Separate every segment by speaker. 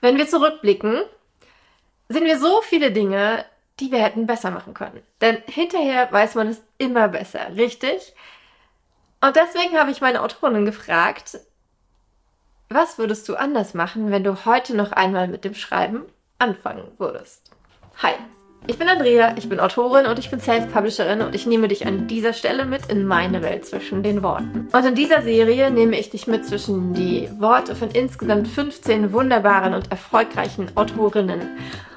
Speaker 1: Wenn wir zurückblicken, sehen wir so viele Dinge, die wir hätten besser machen können. Denn hinterher weiß man es immer besser, richtig? Und deswegen habe ich meine Autorin gefragt, was würdest du anders machen, wenn du heute noch einmal mit dem Schreiben anfangen würdest? Hi, ich bin Andrea, ich bin Autorin und ich bin Self-Publisherin und ich nehme dich an dieser Stelle mit in meine Welt zwischen den Worten. Und in dieser Serie nehme ich dich mit zwischen die Worte von insgesamt 15 wunderbaren und erfolgreichen Autorinnen.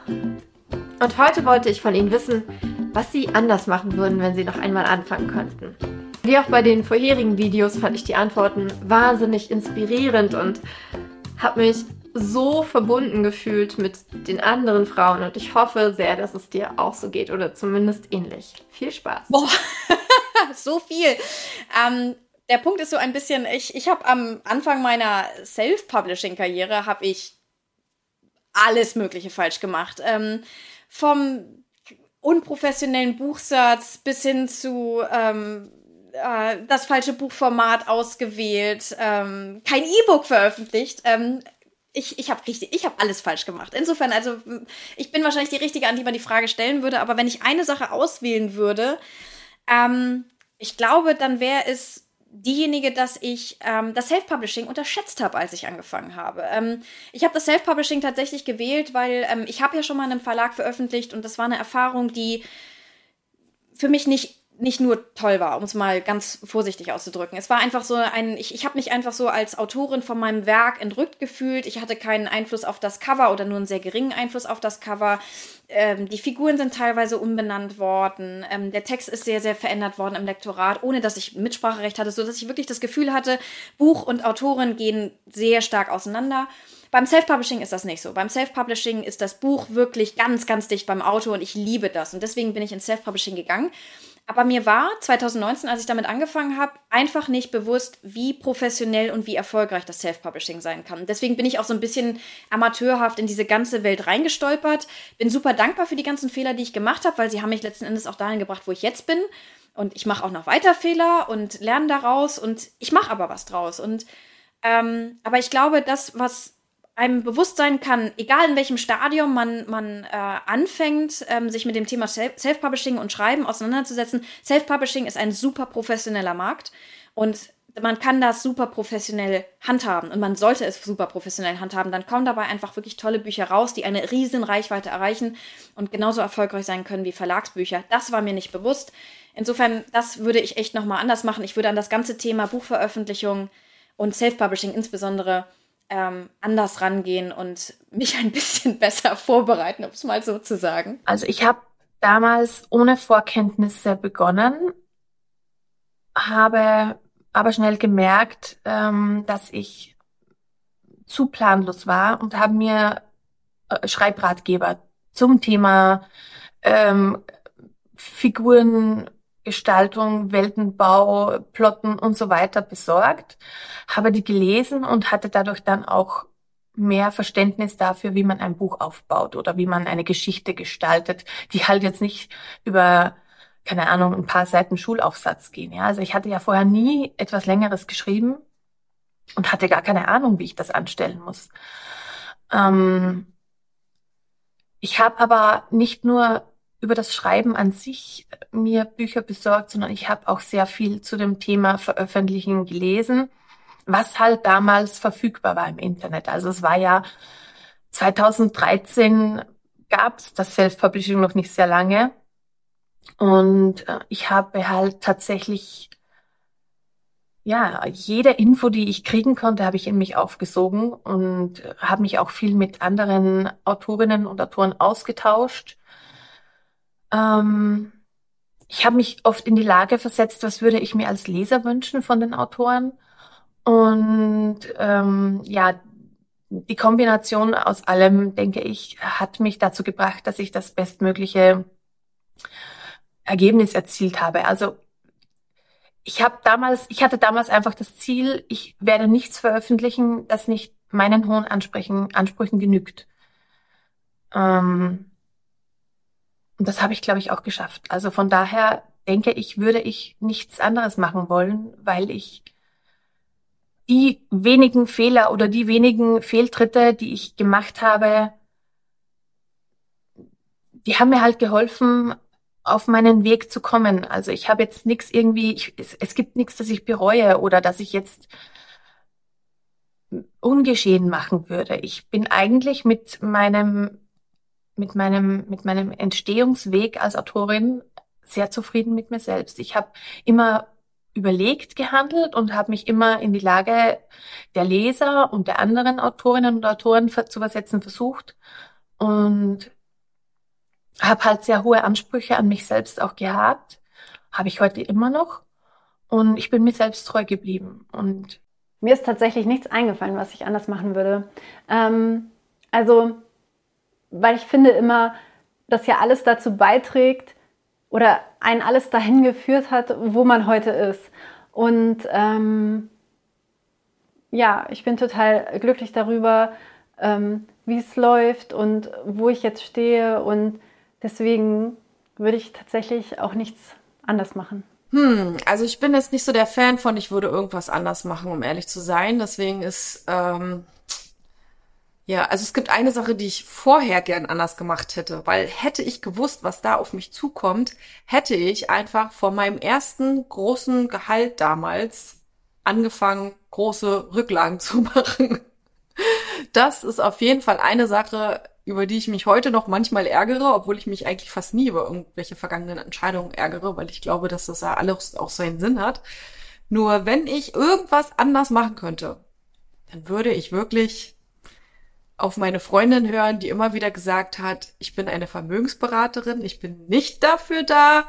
Speaker 1: Und heute wollte ich von ihnen wissen, was sie anders machen würden, wenn sie noch einmal anfangen könnten. Wie auch bei den vorherigen Videos fand ich die Antworten wahnsinnig inspirierend und habe mich so verbunden gefühlt mit den anderen Frauen und ich hoffe sehr, dass es dir auch so geht oder zumindest ähnlich. Viel Spaß!
Speaker 2: Boah, so viel. Der Punkt ist so ein bisschen, ich habe am Anfang meiner Self-Publishing-Karriere habe ich alles Mögliche falsch gemacht. Vom unprofessionellen Buchsatz bis hin zu das falsche Buchformat ausgewählt, kein E-Book veröffentlicht. Ich habe alles falsch gemacht. Insofern, also ich bin wahrscheinlich die Richtige, an die man die Frage stellen würde, aber wenn ich eine Sache auswählen würde, ich glaube, dann wäre es diejenige, dass ich das Self-Publishing unterschätzt habe, als ich angefangen habe. Ich habe das Self-Publishing tatsächlich gewählt, weil ich habe ja schon mal in einem Verlag veröffentlicht und das war eine Erfahrung, die für mich nicht nur toll war, um es mal ganz vorsichtig auszudrücken. Es war einfach so ich habe mich einfach so als Autorin von meinem Werk entrückt gefühlt. Ich hatte keinen Einfluss auf das Cover oder nur einen sehr geringen Einfluss auf das Cover. Die Figuren sind teilweise umbenannt worden. Der Text ist sehr, sehr verändert worden im Lektorat, ohne dass ich Mitspracherecht hatte, sodass ich wirklich das Gefühl hatte, Buch und Autorin gehen sehr stark auseinander. Beim Self-Publishing ist das nicht so. Beim Self-Publishing ist das Buch wirklich ganz, ganz dicht beim Autor und ich liebe das. Und deswegen bin ich ins Self-Publishing gegangen. Aber mir war 2019, als ich damit angefangen habe, einfach nicht bewusst, wie professionell und wie erfolgreich das Self-Publishing sein kann. Deswegen bin ich auch so ein bisschen amateurhaft in diese ganze Welt reingestolpert. Bin super dankbar für die ganzen Fehler, die ich gemacht habe, weil sie haben mich letzten Endes auch dahin gebracht, wo ich jetzt bin. Und ich mache auch noch weiter Fehler und lerne daraus und ich mache aber was draus. Und aber ich glaube, das, was einem bewusst sein kann, egal in welchem Stadium man anfängt, sich mit dem Thema Self-Publishing und Schreiben auseinanderzusetzen. Self-Publishing ist ein super professioneller Markt und man kann das super professionell handhaben und man sollte es super professionell handhaben. Dann kommen dabei einfach wirklich tolle Bücher raus, die eine riesen Reichweite erreichen und genauso erfolgreich sein können wie Verlagsbücher. Das war mir nicht bewusst. Insofern, das würde ich echt nochmal anders machen. Ich würde an das ganze Thema Buchveröffentlichung und Self-Publishing insbesondere anders rangehen und mich ein bisschen besser vorbereiten, um es mal so zu sagen.
Speaker 1: Also ich habe damals ohne Vorkenntnisse begonnen, habe aber schnell gemerkt, dass ich zu planlos war und habe mir Schreibratgeber zum Thema Figurengestaltung, Weltenbau, Plotten und so weiter besorgt, habe die gelesen und hatte dadurch dann auch mehr Verständnis dafür, wie man ein Buch aufbaut oder wie man eine Geschichte gestaltet, die halt jetzt nicht über, keine Ahnung, ein paar Seiten Schulaufsatz gehen. Ja, also ich hatte ja vorher nie etwas Längeres geschrieben und hatte gar keine Ahnung, wie ich das anstellen muss. Ich habe aber nicht nur über das Schreiben an sich mir Bücher besorgt, sondern ich habe auch sehr viel zu dem Thema Veröffentlichen gelesen, was halt damals verfügbar war im Internet. Also es war ja 2013 gab es das Self-Publishing noch nicht sehr lange und ich habe halt tatsächlich ja, jede Info, die ich kriegen konnte, habe ich in mich aufgesogen und habe mich auch viel mit anderen Autorinnen und Autoren ausgetauscht. Ähm, Ich habe mich oft in die Lage versetzt, was würde ich mir als Leser wünschen von den Autoren. Und ja, die Kombination aus allem, denke ich, hat mich dazu gebracht, dass ich das bestmögliche Ergebnis erzielt habe. Also ich hatte damals einfach das Ziel, ich werde nichts veröffentlichen, das nicht meinen hohen Ansprüchen genügt. Ähm, und das habe ich, glaube ich, auch geschafft. Also von daher denke ich, würde ich nichts anderes machen wollen, weil ich
Speaker 3: die wenigen Fehler oder die wenigen Fehltritte, die ich gemacht habe, die haben mir halt geholfen, auf meinen Weg zu kommen. Also ich habe jetzt nichts irgendwie, es gibt nichts, das ich bereue oder dass ich jetzt ungeschehen machen würde. Ich bin eigentlich mit meinem Entstehungsweg als Autorin sehr zufrieden mit mir selbst. Ich habe immer überlegt gehandelt und habe mich immer in die Lage der Leser und der anderen Autorinnen und Autoren zu versetzen versucht und habe halt sehr hohe Ansprüche an mich selbst auch gehabt. Habe ich heute immer noch. Und ich bin mir selbst treu geblieben. Und
Speaker 1: mir ist tatsächlich nichts eingefallen, was ich anders machen würde. Also, weil ich finde immer, dass ja alles dazu beiträgt oder einen alles dahin geführt hat, wo man heute ist. Und ja, ich bin total glücklich darüber, wie es läuft und wo ich jetzt stehe. Und deswegen würde ich tatsächlich auch nichts anders machen.
Speaker 4: Also ich bin jetzt nicht so der Fan von, ich würde irgendwas anders machen, um ehrlich zu sein. Deswegen ist, ja, also es gibt eine Sache, die ich vorher gern anders gemacht hätte, weil hätte ich gewusst, was da auf mich zukommt, hätte ich einfach von meinem ersten großen Gehalt damals angefangen, große Rücklagen zu machen. Das ist auf jeden Fall eine Sache, über die ich mich heute noch manchmal ärgere, obwohl ich mich eigentlich fast nie über irgendwelche vergangenen Entscheidungen ärgere, weil ich glaube, dass das ja alles auch seinen Sinn hat. Nur wenn ich irgendwas anders machen könnte, dann würde ich wirklich auf meine Freundin hören, die immer wieder gesagt hat, ich bin eine Vermögensberaterin, ich bin nicht dafür da,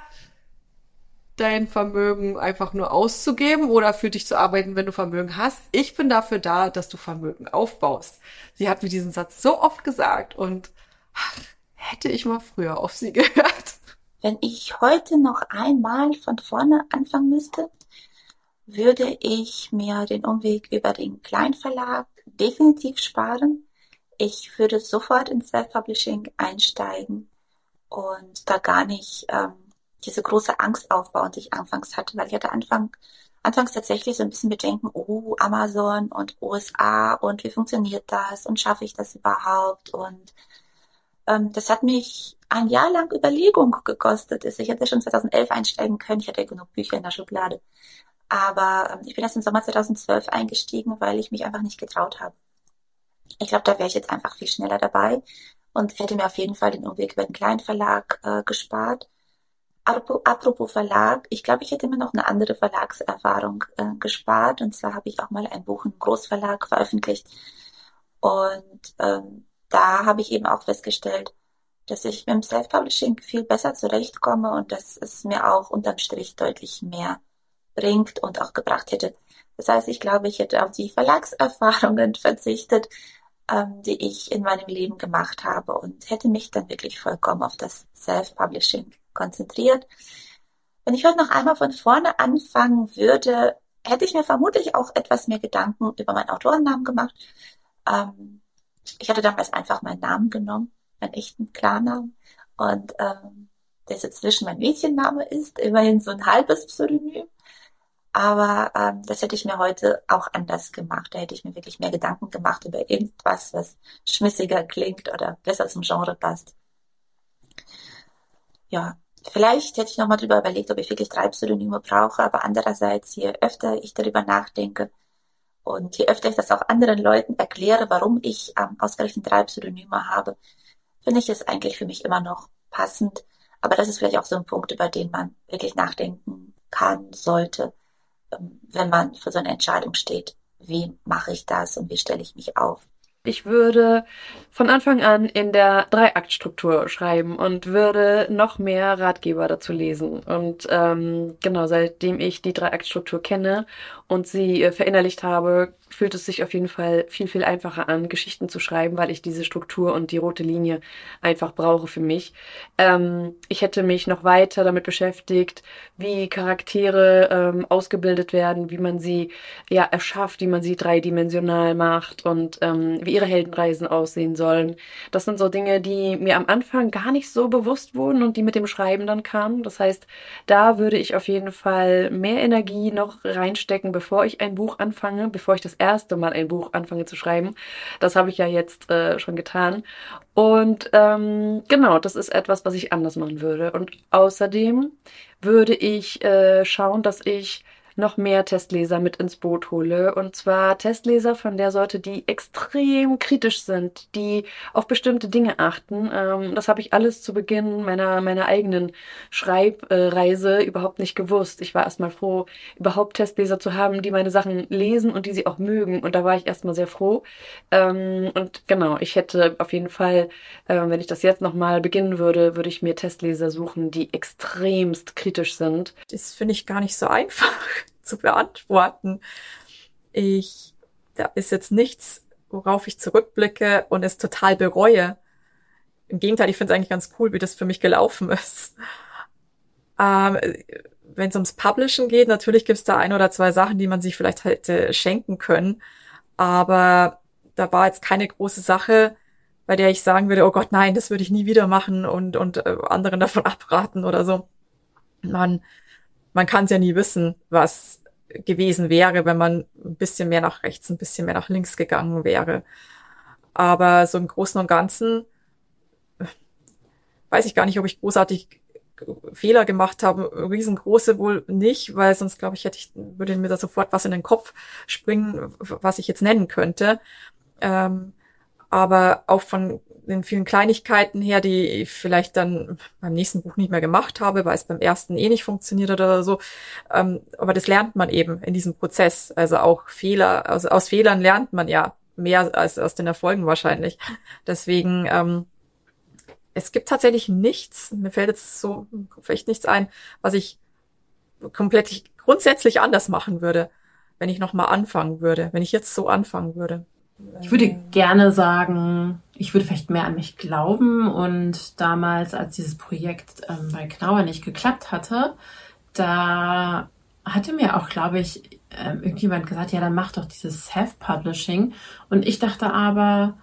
Speaker 4: dein Vermögen einfach nur auszugeben oder für dich zu arbeiten, wenn du Vermögen hast. Ich bin dafür da, dass du Vermögen aufbaust. Sie hat mir diesen Satz so oft gesagt und ach, hätte ich mal früher auf sie gehört.
Speaker 5: Wenn ich heute noch einmal von vorne anfangen müsste, würde ich mir den Umweg über den Kleinverlag definitiv sparen. Ich würde sofort ins Self-Publishing einsteigen und da gar nicht diese große Angst aufbauen, die ich anfangs hatte, weil ich hatte anfangs tatsächlich so ein bisschen Bedenken, oh, Amazon und USA und wie funktioniert das und schaffe ich das überhaupt? Und das hat mich ein Jahr lang Überlegung gekostet. Ich hätte schon 2011 einsteigen können, ich hatte ja genug Bücher in der Schublade. Aber ich bin erst im Sommer 2012 eingestiegen, weil ich mich einfach nicht getraut habe. Ich glaube, da wäre ich jetzt einfach viel schneller dabei und hätte mir auf jeden Fall den Umweg über den kleinen Verlag gespart. Apropos Verlag, ich glaube, ich hätte mir noch eine andere Verlagserfahrung gespart. Und zwar habe ich auch mal ein Buch im Großverlag veröffentlicht. Und da habe ich eben auch festgestellt, dass ich mit dem Self-Publishing viel besser zurechtkomme und dass es mir auch unterm Strich deutlich mehr bringt und auch gebracht hätte. Das heißt, ich glaube, ich hätte auf die Verlagserfahrungen verzichtet, die ich in meinem Leben gemacht habe und hätte mich dann wirklich vollkommen auf das Self-Publishing konzentriert. Wenn ich heute noch einmal von vorne anfangen würde, hätte ich mir vermutlich auch etwas mehr Gedanken über meinen Autorennamen gemacht. Ich hatte damals einfach meinen Namen genommen, meinen echten Klarnamen und der jetzt zwischen mein Mädchenname ist, immerhin so ein halbes Pseudonym. Aber das hätte ich mir heute auch anders gemacht. Da hätte ich mir wirklich mehr Gedanken gemacht über irgendwas, was schmissiger klingt oder besser zum Genre passt. Ja, vielleicht hätte ich nochmal drüber überlegt, ob ich wirklich 3 Pseudonyme brauche. Aber andererseits, je öfter ich darüber nachdenke und je öfter ich das auch anderen Leuten erkläre, warum ich ausgerechnet 3 Pseudonyme habe, finde ich es eigentlich für mich immer noch passend. Aber das ist vielleicht auch so ein Punkt, über den man wirklich nachdenken kann, sollte, wenn man für so eine Entscheidung steht. Wie mache ich das und wie stelle ich mich auf?
Speaker 1: Ich würde von Anfang an in der Dreiaktstruktur schreiben und würde noch mehr Ratgeber dazu lesen. Und genau, seitdem ich die Dreiaktstruktur kenne und sie verinnerlicht habe, fühlt es sich auf jeden Fall viel, viel einfacher an, Geschichten zu schreiben, weil ich diese Struktur und die rote Linie einfach brauche für mich. Ich hätte mich noch weiter damit beschäftigt, wie Charaktere ausgebildet werden, wie man sie ja erschafft, wie man sie dreidimensional macht und wie
Speaker 6: ihre Heldenreisen aussehen sollen. Das sind so Dinge, die mir am Anfang gar nicht so bewusst wurden und die mit dem Schreiben dann kamen. Das heißt, da würde ich auf jeden Fall mehr Energie noch reinstecken, bevor ich ein Buch anfange, bevor ich das erste Mal ein Buch anfange zu schreiben. Das habe ich ja jetzt schon getan. Und genau, das ist etwas, was ich anders machen würde. Und außerdem würde ich schauen, dass ich noch mehr Testleser mit ins Boot hole. Und zwar Testleser von der Sorte, die extrem kritisch sind, die auf bestimmte Dinge achten. Das habe ich alles zu Beginn meiner eigenen Schreibreise überhaupt nicht gewusst. Ich war erstmal froh, überhaupt Testleser zu haben, die meine Sachen lesen und die sie auch mögen. Und da war ich erstmal sehr froh. Und genau, ich hätte auf jeden Fall, wenn ich das jetzt nochmal beginnen würde, würde ich mir Testleser suchen, die extremst kritisch sind.
Speaker 7: Das finde ich gar nicht so einfach zu beantworten. Da ist jetzt nichts, worauf ich zurückblicke und es total bereue. Im Gegenteil, ich finde es eigentlich ganz cool, wie das für mich gelaufen ist. Wenn es ums Publishen geht, natürlich gibt es da ein oder zwei Sachen, die man sich vielleicht hätte schenken können. Aber da war jetzt keine große Sache, bei der ich sagen würde, oh Gott, nein, das würde ich nie wieder machen und anderen davon abraten oder so. Man kann es ja nie wissen, was gewesen wäre, wenn man ein bisschen mehr nach rechts, ein bisschen mehr nach links gegangen wäre. Aber so im Großen und Ganzen weiß ich gar nicht, ob ich großartig Fehler gemacht habe. Riesengroße wohl nicht, weil sonst, glaube ich, würde mir da sofort was in den Kopf springen, was ich jetzt nennen könnte. Aber auch von den vielen Kleinigkeiten her, die ich vielleicht dann beim nächsten Buch nicht mehr gemacht habe, weil es beim ersten nicht funktioniert hat oder so. Aber das lernt man eben in diesem Prozess. Also auch Fehler, also aus Fehlern lernt man ja mehr als aus den Erfolgen wahrscheinlich. Deswegen, es gibt tatsächlich nichts, mir fällt jetzt so vielleicht nichts ein, was ich grundsätzlich anders machen würde, wenn ich nochmal anfangen würde, wenn ich jetzt so anfangen würde.
Speaker 3: Ich würde gerne sagen, ich würde vielleicht mehr an mich glauben und damals, als dieses Projekt bei Knauer nicht geklappt hatte, da hatte mir auch, glaube ich, irgendjemand gesagt, ja, dann mach doch dieses Self-Publishing. Und ich dachte aber,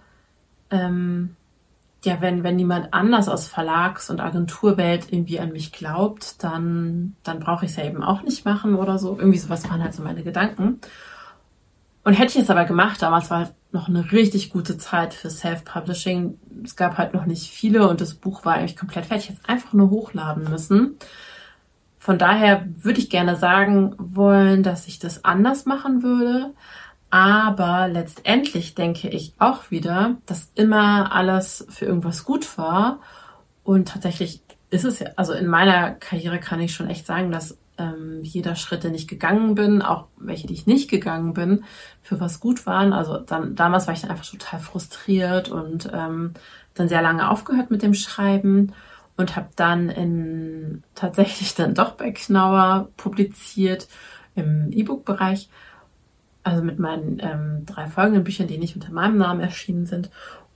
Speaker 3: ja, wenn niemand anders aus Verlags- und Agenturwelt irgendwie an mich glaubt, dann brauche ich es ja eben auch nicht machen oder so. Irgendwie sowas waren halt so meine Gedanken. Und hätte ich es aber gemacht, damals war halt noch eine richtig gute Zeit für Self-Publishing. Es gab halt noch nicht viele und das Buch war eigentlich komplett fertig. Ich hätte es einfach nur hochladen müssen. Von daher würde ich gerne sagen wollen, dass ich das anders machen würde. Aber letztendlich denke ich auch wieder, dass immer alles für irgendwas gut war. Und tatsächlich ist es ja, also in meiner Karriere kann ich schon echt sagen, dass jeder Schritt, den ich gegangen bin, auch welche, die ich nicht gegangen bin, für was gut waren. Also damals war ich dann einfach total frustriert und dann sehr lange aufgehört mit dem Schreiben und habe dann tatsächlich dann doch bei Knauer publiziert im E-Book-Bereich, also mit meinen 3 folgenden Büchern, die nicht unter meinem Namen erschienen sind.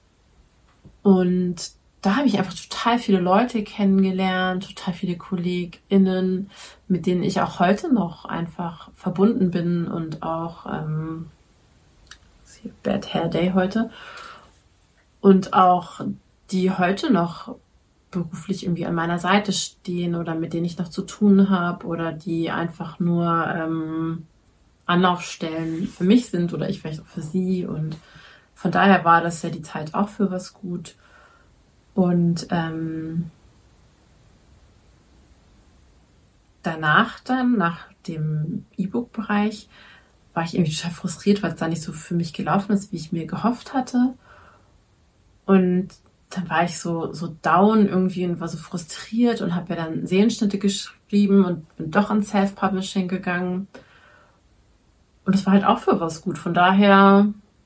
Speaker 3: Und da habe ich einfach total viele Leute kennengelernt, total viele KollegInnen, mit denen ich auch heute noch einfach verbunden bin und auch Bad Hair Day heute und auch die heute noch beruflich irgendwie an meiner Seite stehen oder mit denen ich noch zu tun habe oder die einfach nur Anlaufstellen für mich sind oder ich vielleicht auch für sie, und von daher war das ja die Zeit auch für was gut. Und danach dann, nach dem E-Book-Bereich, war ich irgendwie total frustriert, weil es da nicht so für mich gelaufen ist, wie ich mir gehofft hatte. Und dann war ich so down irgendwie und war so frustriert und habe ja dann Sehenschnitte geschrieben und bin doch ans Self-Publishing gegangen. Und das war halt auch für was gut. Von daher,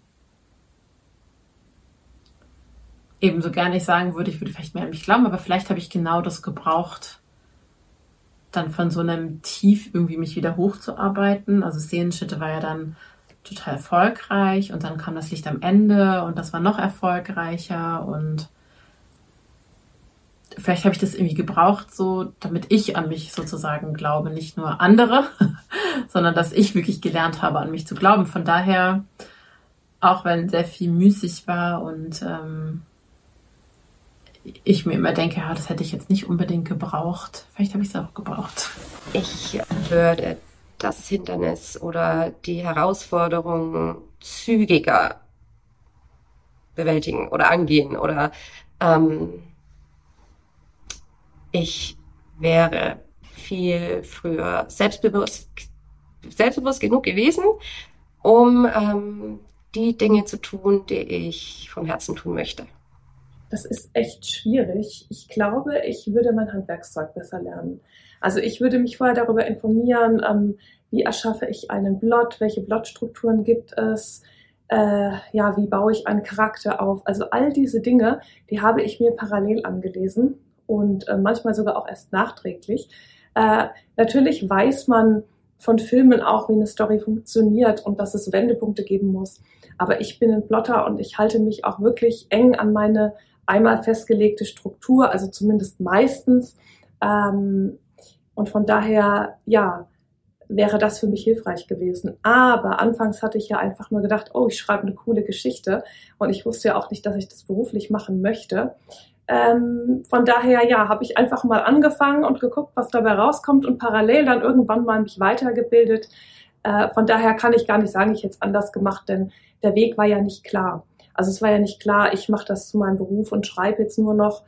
Speaker 3: ebenso gerne ich sagen würde, ich würde vielleicht mehr an mich glauben, aber vielleicht habe ich genau das gebraucht, dann von so einem Tief irgendwie mich wieder hochzuarbeiten. Also Sehenschnitte war ja dann total erfolgreich und dann kam das Licht am Ende und das war noch erfolgreicher und vielleicht habe ich das irgendwie gebraucht, so damit ich an mich sozusagen glaube, nicht nur andere, sondern dass ich wirklich gelernt habe, an mich zu glauben. Von daher auch wenn sehr viel müßig war und ich mir immer denke, ja, das hätte ich jetzt nicht unbedingt gebraucht. Vielleicht habe ich es auch gebraucht.
Speaker 8: Ich würde das Hindernis oder die Herausforderung zügiger bewältigen oder angehen oder ich wäre viel früher selbstbewusst genug gewesen, um die Dinge zu tun, die ich von Herzen tun möchte.
Speaker 9: Das ist echt schwierig. Ich glaube, ich würde mein Handwerkszeug besser lernen. Also ich würde mich vorher darüber informieren, wie erschaffe ich einen Blot, welche Blotstrukturen gibt es, wie baue ich einen Charakter auf. Also all diese Dinge, die habe ich mir parallel angelesen und manchmal sogar auch erst nachträglich. Natürlich weiß man von Filmen auch, wie eine Story funktioniert und dass es Wendepunkte geben muss. Aber ich bin ein Plotter und ich halte mich auch wirklich eng an meine einmal festgelegte Struktur, also zumindest meistens. Und von daher, wäre das für mich hilfreich gewesen. Aber anfangs hatte ich ja einfach nur gedacht, oh, ich schreibe eine coole Geschichte. Und ich wusste ja auch nicht, dass ich das beruflich machen möchte. Von daher, habe ich einfach mal angefangen und geguckt, was dabei rauskommt und parallel dann irgendwann mal mich weitergebildet. Von daher kann ich gar nicht sagen, ich hätte es anders gemacht, denn der Weg war ja nicht klar. Also es war ja nicht klar, ich mache das zu meinem Beruf und schreibe jetzt nur noch.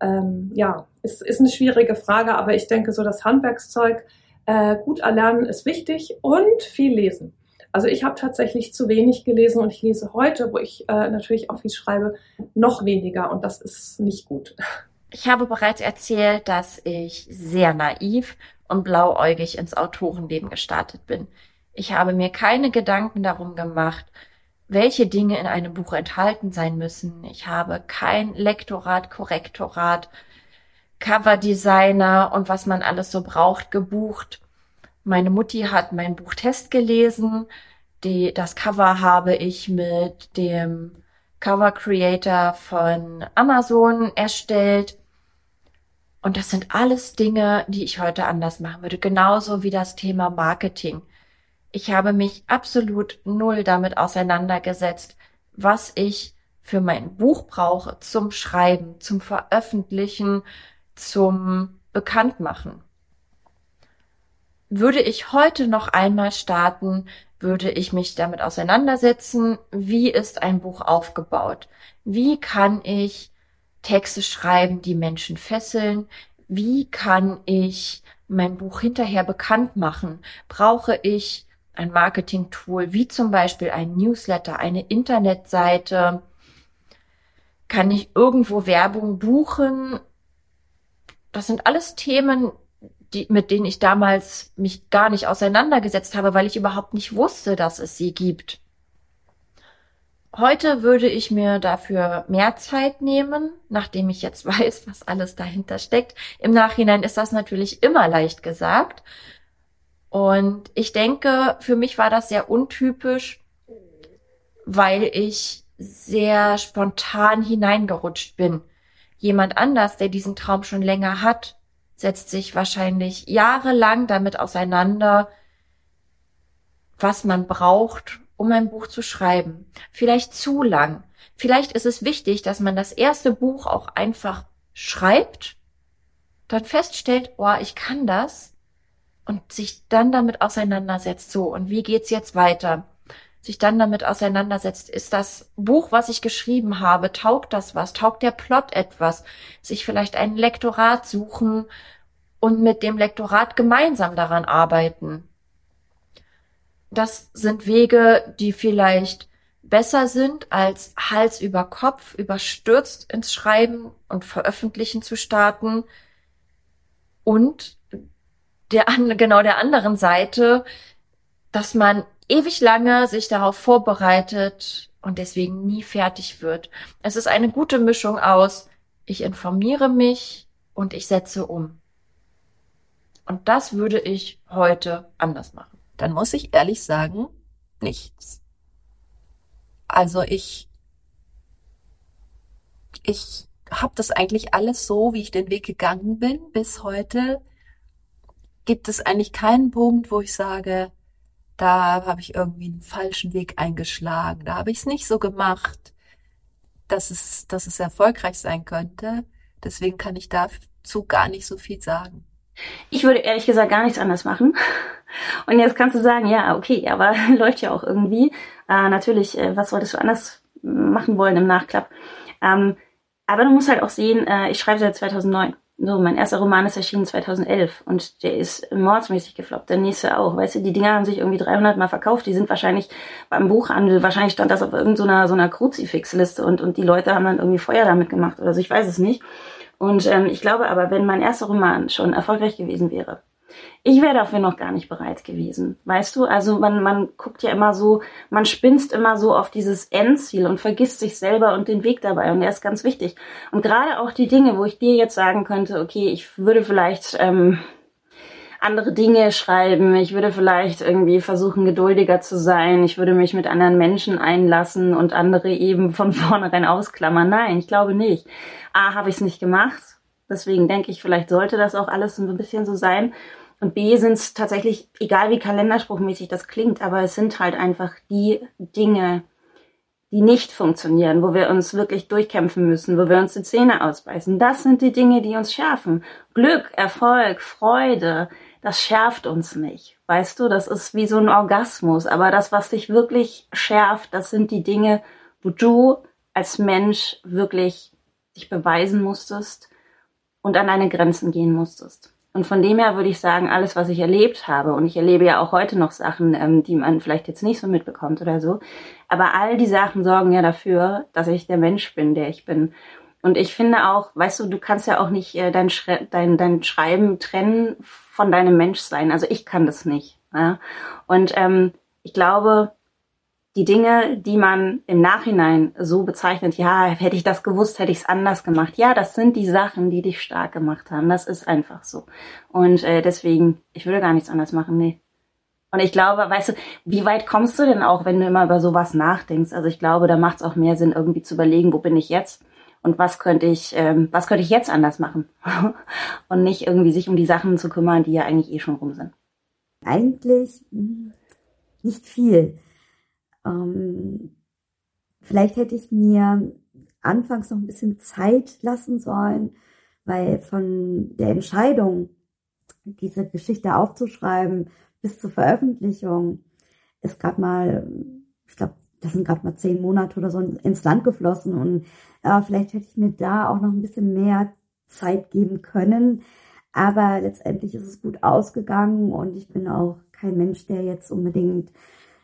Speaker 9: Ist eine schwierige Frage, aber ich denke, so das Handwerkszeug gut erlernen ist wichtig und viel lesen. Also ich habe tatsächlich zu wenig gelesen und ich lese heute, wo ich natürlich auch viel schreibe, noch weniger und das ist nicht gut.
Speaker 10: Ich habe bereits erzählt, dass ich sehr naiv und blauäugig ins Autorenleben gestartet bin. Ich habe mir keine Gedanken darum gemacht, welche Dinge in einem Buch enthalten sein müssen. Ich habe kein Lektorat, Korrektorat, Coverdesigner und was man alles so braucht gebucht. Meine Mutti hat mein Buch Test gelesen. Das Cover habe ich mit dem Cover Creator von Amazon erstellt. Und das sind alles Dinge, die ich heute anders machen würde. Genauso wie das Thema Marketing. Ich habe mich absolut null damit auseinandergesetzt, was ich für mein Buch brauche zum Schreiben, zum Veröffentlichen, zum Bekanntmachen. Würde ich heute noch einmal starten, würde ich mich damit auseinandersetzen, wie ist ein Buch aufgebaut? Wie kann ich Texte schreiben, die Menschen fesseln? Wie kann ich mein Buch hinterher bekannt machen? Brauche ich ein Marketing-Tool, wie zum Beispiel ein Newsletter, eine Internetseite? Kann ich irgendwo Werbung buchen? Das sind alles Themen, mit denen ich damals mich gar nicht auseinandergesetzt habe, weil ich überhaupt nicht wusste, dass es sie gibt. Heute würde ich mir dafür mehr Zeit nehmen, nachdem ich jetzt weiß, was alles dahinter steckt. Im Nachhinein ist das natürlich immer leicht gesagt. Und ich denke, für mich war das sehr untypisch, weil ich sehr spontan hineingerutscht bin. Jemand anders, der diesen Traum schon länger hat, setzt sich wahrscheinlich jahrelang damit auseinander, was man braucht, um ein Buch zu schreiben. Vielleicht zu lang. Vielleicht ist es wichtig, dass man das erste Buch auch einfach schreibt, dann feststellt, oh, ich kann das, und sich dann damit auseinandersetzt, so, und wie geht's jetzt weiter? Sich dann damit auseinandersetzt, ist das Buch, was ich geschrieben habe, taugt das was? Taugt der Plot etwas? Sich vielleicht ein Lektorat suchen und mit dem Lektorat gemeinsam daran arbeiten. Das sind Wege, die vielleicht besser sind, als Hals über Kopf überstürzt ins Schreiben und Veröffentlichen zu starten. Und der anderen Seite, dass man ewig lange sich darauf vorbereitet und deswegen nie fertig wird. Es ist eine gute Mischung aus, ich informiere mich und ich setze um. Und das würde ich heute anders machen.
Speaker 11: Dann muss ich ehrlich sagen, nichts. Also ich habe das eigentlich alles so, wie ich den Weg gegangen bin bis heute, gibt es eigentlich keinen Punkt, wo ich sage, Da habe ich irgendwie einen falschen Weg eingeschlagen. Da habe ich es nicht so gemacht, dass es erfolgreich sein könnte. Deswegen kann ich dazu gar nicht so viel sagen.
Speaker 12: Ich würde ehrlich gesagt gar nichts anders machen. Und jetzt kannst du sagen, ja, okay, aber läuft ja auch irgendwie. Natürlich, was solltest du anders machen wollen im Nachklapp? Aber du musst halt auch sehen, ich schreibe seit 2009. So, mein erster Roman ist erschienen 2011 und der ist mordsmäßig gefloppt. Der nächste auch. Weißt du, die Dinger haben sich irgendwie 300 Mal verkauft. Die sind wahrscheinlich beim Buchhandel, wahrscheinlich stand das auf irgendeiner so einer Kruzifixliste und die Leute haben dann irgendwie Feuer damit gemacht oder so. Ich weiß es nicht. Und ich glaube aber, wenn mein erster Roman schon erfolgreich gewesen wäre, ich wäre dafür noch gar nicht bereit gewesen. Weißt du, also man guckt ja immer so, man spinst immer so auf dieses Endziel und vergisst sich selber und den Weg dabei. Und der ist ganz wichtig. Und gerade auch die Dinge, wo ich dir jetzt sagen könnte, okay, ich würde vielleicht andere Dinge schreiben, ich würde vielleicht irgendwie versuchen, geduldiger zu sein, ich würde mich mit anderen Menschen einlassen und andere eben von vornherein ausklammern. Nein, ich glaube nicht. A, habe ich es nicht gemacht. Deswegen denke ich, vielleicht sollte das auch alles so ein bisschen so sein. Und B, sind es tatsächlich, egal wie kalenderspruchmäßig das klingt, aber es sind halt einfach die Dinge, die nicht funktionieren, wo wir uns wirklich durchkämpfen müssen, wo wir uns die Zähne ausbeißen. Das sind die Dinge, die uns schärfen. Glück, Erfolg, Freude, das schärft uns nicht. Weißt du, das ist wie so ein Orgasmus. Aber das, was dich wirklich schärft, das sind die Dinge, wo du als Mensch wirklich dich beweisen musstest und an deine Grenzen gehen musstest. Und von dem her würde ich sagen, alles, was ich erlebt habe, und ich erlebe ja auch heute noch Sachen, die man vielleicht jetzt nicht so mitbekommt oder so, aber all die Sachen sorgen ja dafür, dass ich der Mensch bin, der ich bin. Und ich finde auch, weißt du, du kannst ja auch nicht dein Schreiben trennen von deinem Menschsein. Also ich kann das nicht. Ja? Und ich glaube, die Dinge, die man im Nachhinein so bezeichnet, ja, hätte ich das gewusst, hätte ich es anders gemacht. Ja, das sind die Sachen, die dich stark gemacht haben. Das ist einfach so. Und deswegen, ich würde gar nichts anders machen, nee. Und ich glaube, weißt du, wie weit kommst du denn auch, wenn du immer über sowas nachdenkst? Also ich glaube, da macht es auch mehr Sinn, irgendwie zu überlegen, wo bin ich jetzt? Und was könnte ich jetzt anders machen? Und nicht irgendwie sich um die Sachen zu kümmern, die ja eigentlich eh schon rum sind.
Speaker 13: Eigentlich nicht viel. Vielleicht hätte ich mir anfangs noch ein bisschen Zeit lassen sollen, weil von der Entscheidung, diese Geschichte aufzuschreiben, bis zur Veröffentlichung, ist gerade mal, ich glaube, das sind gerade mal 10 Monate oder so ins Land geflossen und vielleicht hätte ich mir da auch noch ein bisschen mehr Zeit geben können, aber letztendlich ist es gut ausgegangen und ich bin auch kein Mensch, der jetzt unbedingt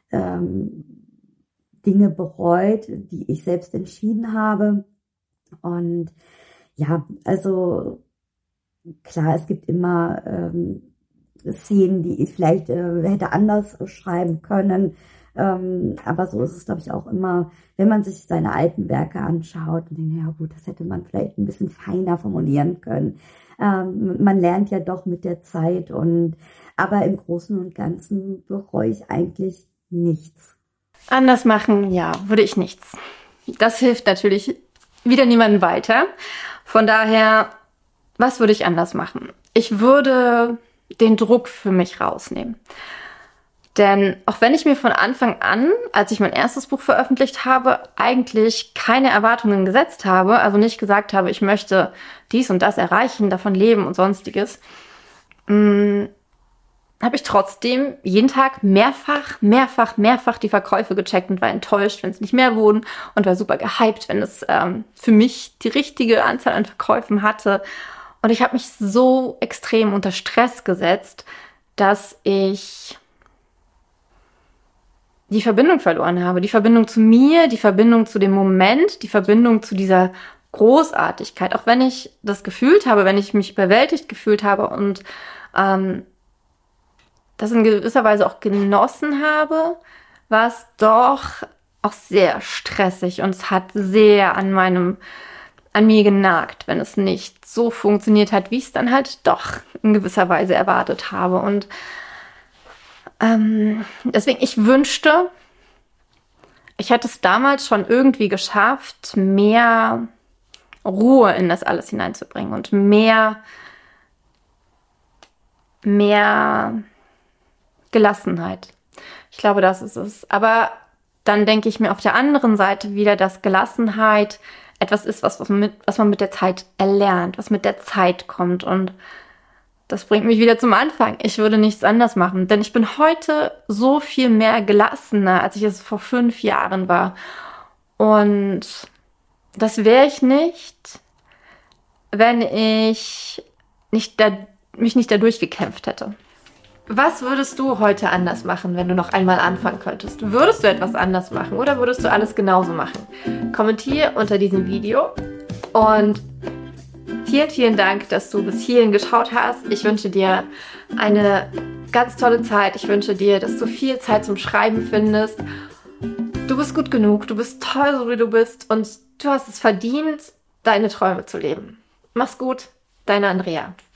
Speaker 13: Dinge bereut, die ich selbst entschieden habe. Und ja, also klar, es gibt immer Szenen, die ich vielleicht hätte anders schreiben können. Aber so ist es, glaube ich, auch immer, wenn man sich seine alten Werke anschaut und denkt, ja gut, das hätte man vielleicht ein bisschen feiner formulieren können. Man lernt ja doch mit der Zeit aber im Großen und Ganzen bereue ich eigentlich nichts.
Speaker 1: Anders machen, ja, würde ich nichts. Das hilft natürlich wieder niemandem weiter. Von daher, was würde ich anders machen? Ich würde den Druck für mich rausnehmen. Denn auch wenn ich mir von Anfang an, als ich mein erstes Buch veröffentlicht habe, eigentlich keine Erwartungen gesetzt habe, also nicht gesagt habe, ich möchte dies und das erreichen, davon leben und sonstiges, habe ich trotzdem jeden Tag mehrfach die Verkäufe gecheckt und war enttäuscht, wenn es nicht mehr wurden und war super gehypt, wenn es für mich die richtige Anzahl an Verkäufen hatte. Und ich habe mich so extrem unter Stress gesetzt, dass ich die Verbindung verloren habe. Die Verbindung zu mir, die Verbindung zu dem Moment, die Verbindung zu dieser Großartigkeit. Auch wenn ich das gefühlt habe, wenn ich mich überwältigt gefühlt habe und das in gewisser Weise auch genossen habe, war es doch auch sehr stressig und es hat sehr an mir genagt, wenn es nicht so funktioniert hat, wie ich es dann halt doch in gewisser Weise erwartet habe. Und deswegen, ich wünschte, ich hätte es damals schon irgendwie geschafft, mehr Ruhe in das alles hineinzubringen und mehr Gelassenheit. Ich glaube, das ist es. Aber dann denke ich mir auf der anderen Seite wieder, dass Gelassenheit etwas ist, was man mit der Zeit erlernt, was mit der Zeit kommt. Und das bringt mich wieder zum Anfang. Ich würde nichts anders machen, denn ich bin heute so viel mehr gelassener, als ich es vor 5 Jahren war. Und das wäre ich nicht, wenn ich mich nicht dadurch gekämpft hätte. Was würdest du heute anders machen, wenn du noch einmal anfangen könntest? Würdest du etwas anders machen oder würdest du alles genauso machen? Kommentier unter diesem Video und vielen, vielen Dank, dass du bis hierhin geschaut hast. Ich wünsche dir eine ganz tolle Zeit. Ich wünsche dir, dass du viel Zeit zum Schreiben findest. Du bist gut genug, du bist toll, so wie du bist und du hast es verdient, deine Träume zu leben. Mach's gut, deine Andrea.